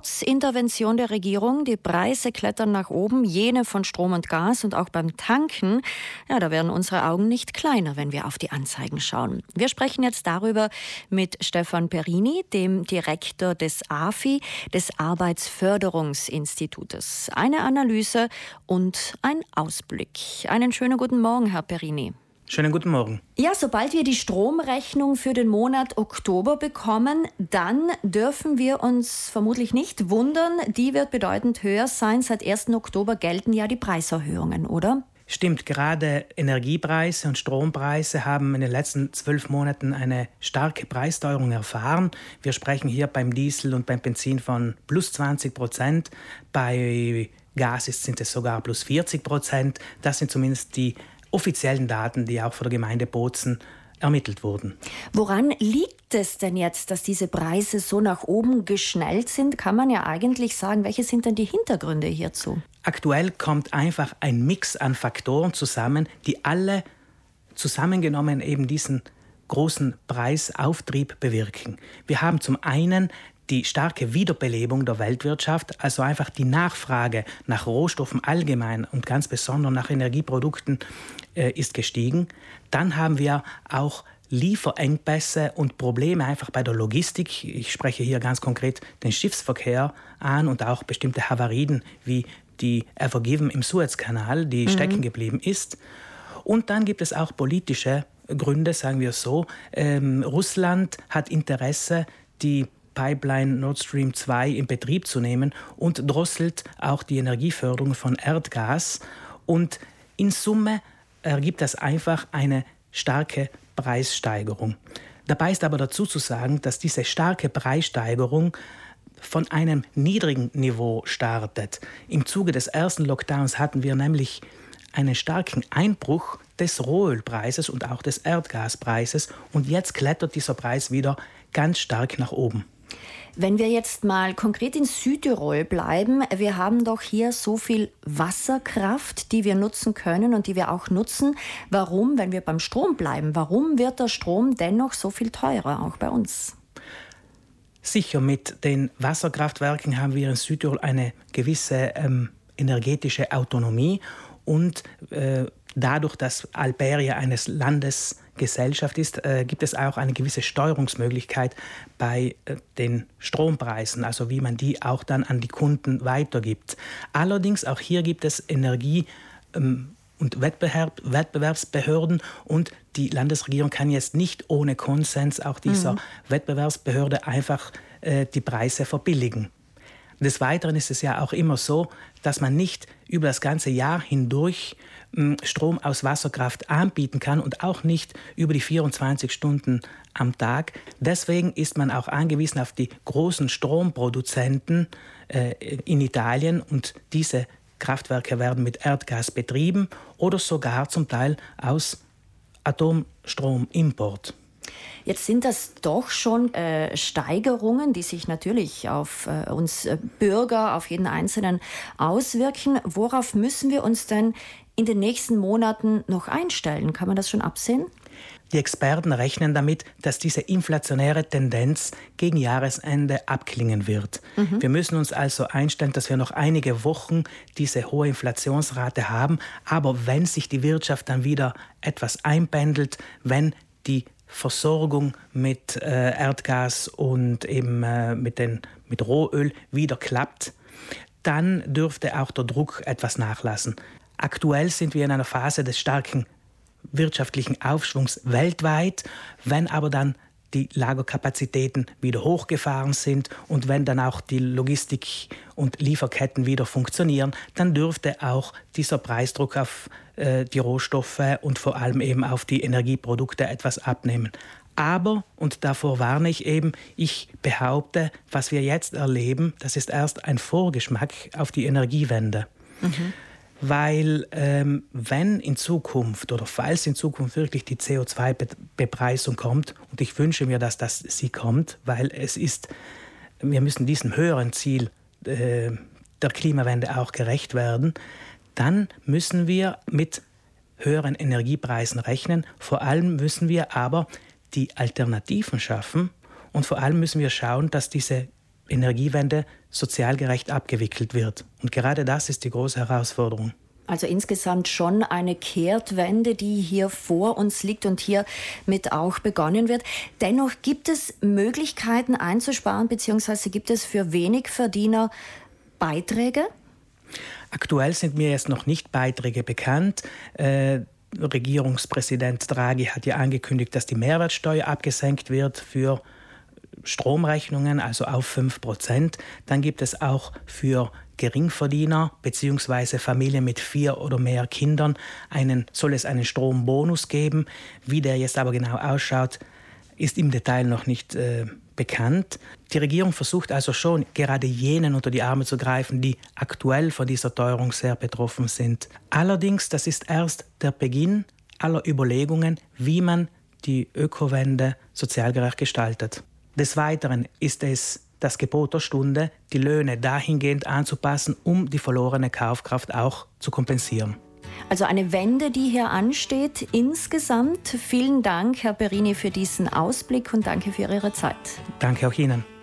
Trotz Intervention der Regierung, die Preise klettern nach oben, jene von Strom und Gas und auch beim Tanken. Ja, da werden unsere Augen nicht kleiner, wenn wir auf die Anzeigen schauen. Wir sprechen jetzt darüber mit Stefan Perini, dem Direktor des AFI, des Arbeitsförderungsinstitutes. Eine Analyse und ein Ausblick. Einen schönen guten Morgen, Herr Perini. Schönen guten Morgen. Ja, sobald wir die Stromrechnung für den Monat Oktober bekommen, dann dürfen wir uns vermutlich nicht wundern. Die wird bedeutend höher sein. Seit 1. Oktober gelten ja die Preiserhöhungen, oder? Stimmt, gerade Energiepreise und Strompreise haben in den letzten 12 Monaten eine starke Preissteuerung erfahren. Wir sprechen hier beim Diesel und beim Benzin von plus 20%. Bei Gas sind es sogar plus 40%. Das sind zumindest die offiziellen Daten, die auch von der Gemeinde Bozen ermittelt wurden. Woran liegt es denn jetzt, dass diese Preise so nach oben geschnellt sind? Kann man ja eigentlich sagen, welche sind denn die Hintergründe hierzu? Aktuell kommt einfach ein Mix an Faktoren zusammen, die alle zusammengenommen eben diesen großen Preisauftrieb bewirken. Wir haben zum einen die starke Wiederbelebung der Weltwirtschaft, also einfach die Nachfrage nach Rohstoffen allgemein und ganz besonders nach Energieprodukten ist gestiegen. Dann haben wir auch Lieferengpässe und Probleme einfach bei der Logistik. Ich spreche hier ganz konkret den Schiffsverkehr an und auch bestimmte Havarien wie die Ever Given im Suezkanal, die stecken geblieben ist. Und dann gibt es auch politische Gründe, sagen wir so. Russland hat Interesse, die Pipeline Nord Stream 2 in Betrieb zu nehmen und drosselt auch die Energieförderung von Erdgas. Und in Summe ergibt das einfach eine starke Preissteigerung. Dabei ist aber dazu zu sagen, dass diese starke Preissteigerung von einem niedrigen Niveau startet. Im Zuge des ersten Lockdowns hatten wir nämlich einen starken Einbruch des Rohölpreises und auch des Erdgaspreises. Und jetzt klettert dieser Preis wieder ganz stark nach oben. Wenn wir jetzt mal konkret in Südtirol bleiben, wir haben doch hier so viel Wasserkraft, die wir nutzen können und die wir auch nutzen. Warum, wenn wir beim Strom bleiben, warum wird der Strom dennoch so viel teurer, auch bei uns? Sicher, mit den Wasserkraftwerken haben wir in Südtirol eine gewisse energetische Autonomie und dadurch, dass Alberia eines Landesgesellschaft ist, gibt es auch eine gewisse Steuerungsmöglichkeit bei den Strompreisen, also wie man die auch dann an die Kunden weitergibt. Allerdings auch hier gibt es Energie- und Wettbewerbsbehörden und die Landesregierung kann jetzt nicht ohne Konsens auch dieser Wettbewerbsbehörde einfach die Preise verbilligen. Des Weiteren ist es ja auch immer so, dass man nicht über das ganze Jahr hindurch Strom aus Wasserkraft anbieten kann und auch nicht über die 24 Stunden am Tag. Deswegen ist man auch angewiesen auf die großen Stromproduzenten in Italien und diese Kraftwerke werden mit Erdgas betrieben oder sogar zum Teil aus Atomstromimport. Jetzt sind das doch schon Steigerungen, die sich natürlich auf uns Bürger, auf jeden Einzelnen auswirken. Worauf müssen wir uns denn in den nächsten Monaten noch einstellen? Kann man das schon absehen? Die Experten rechnen damit, dass diese inflationäre Tendenz gegen Jahresende abklingen wird. Wir müssen uns also einstellen, dass wir noch einige Wochen diese hohe Inflationsrate haben. Aber wenn sich die Wirtschaft dann wieder etwas einpendelt, wenn die Versorgung mit Erdgas und eben mit Rohöl wieder klappt, dann dürfte auch der Druck etwas nachlassen. Aktuell sind wir in einer Phase des starken wirtschaftlichen Aufschwungs weltweit. Wenn aber dann die Lagerkapazitäten wieder hochgefahren sind und wenn dann auch die Logistik und Lieferketten wieder funktionieren, dann dürfte auch dieser Preisdruck auf die Rohstoffe und vor allem eben auf die Energieprodukte etwas abnehmen. Aber, und davor warne ich eben, ich behaupte, was wir jetzt erleben, das ist erst ein Vorgeschmack auf die Energiewende. Weil wenn in Zukunft oder falls in Zukunft wirklich die CO2-Bepreisung kommt, und ich wünsche mir, dass sie kommt, weil wir müssen diesem höheren Ziel der Klimawende auch gerecht werden, dann müssen wir mit höheren Energiepreisen rechnen. Vor allem müssen wir aber die Alternativen schaffen und vor allem müssen wir schauen, dass diese Energiewende sozial gerecht abgewickelt wird. Und gerade das ist die große Herausforderung. Also insgesamt schon eine Kehrtwende, die hier vor uns liegt und hier mit auch begonnen wird. Dennoch gibt es Möglichkeiten einzusparen, beziehungsweise gibt es für Wenigverdiener Beiträge? Aktuell sind mir jetzt noch nicht Beiträge bekannt. Regierungspräsident Draghi hat ja angekündigt, dass die Mehrwertsteuer abgesenkt wird für Stromrechnungen, also auf 5%. Dann gibt es auch für Geringverdiener bzw. Familien mit 4 oder mehr Kindern soll es einen Strombonus geben. Wie der jetzt aber genau ausschaut, ist im Detail noch nicht bekannt. Die Regierung versucht also schon, gerade jenen unter die Arme zu greifen, die aktuell von dieser Teuerung sehr betroffen sind. Allerdings, das ist erst der Beginn aller Überlegungen, wie man die Ökowende sozial gerecht gestaltet. Des Weiteren ist es das Gebot der Stunde, die Löhne dahingehend anzupassen, um die verlorene Kaufkraft auch zu kompensieren. Also eine Wende, die hier ansteht insgesamt. Vielen Dank, Herr Perini, für diesen Ausblick und danke für Ihre Zeit. Danke auch Ihnen.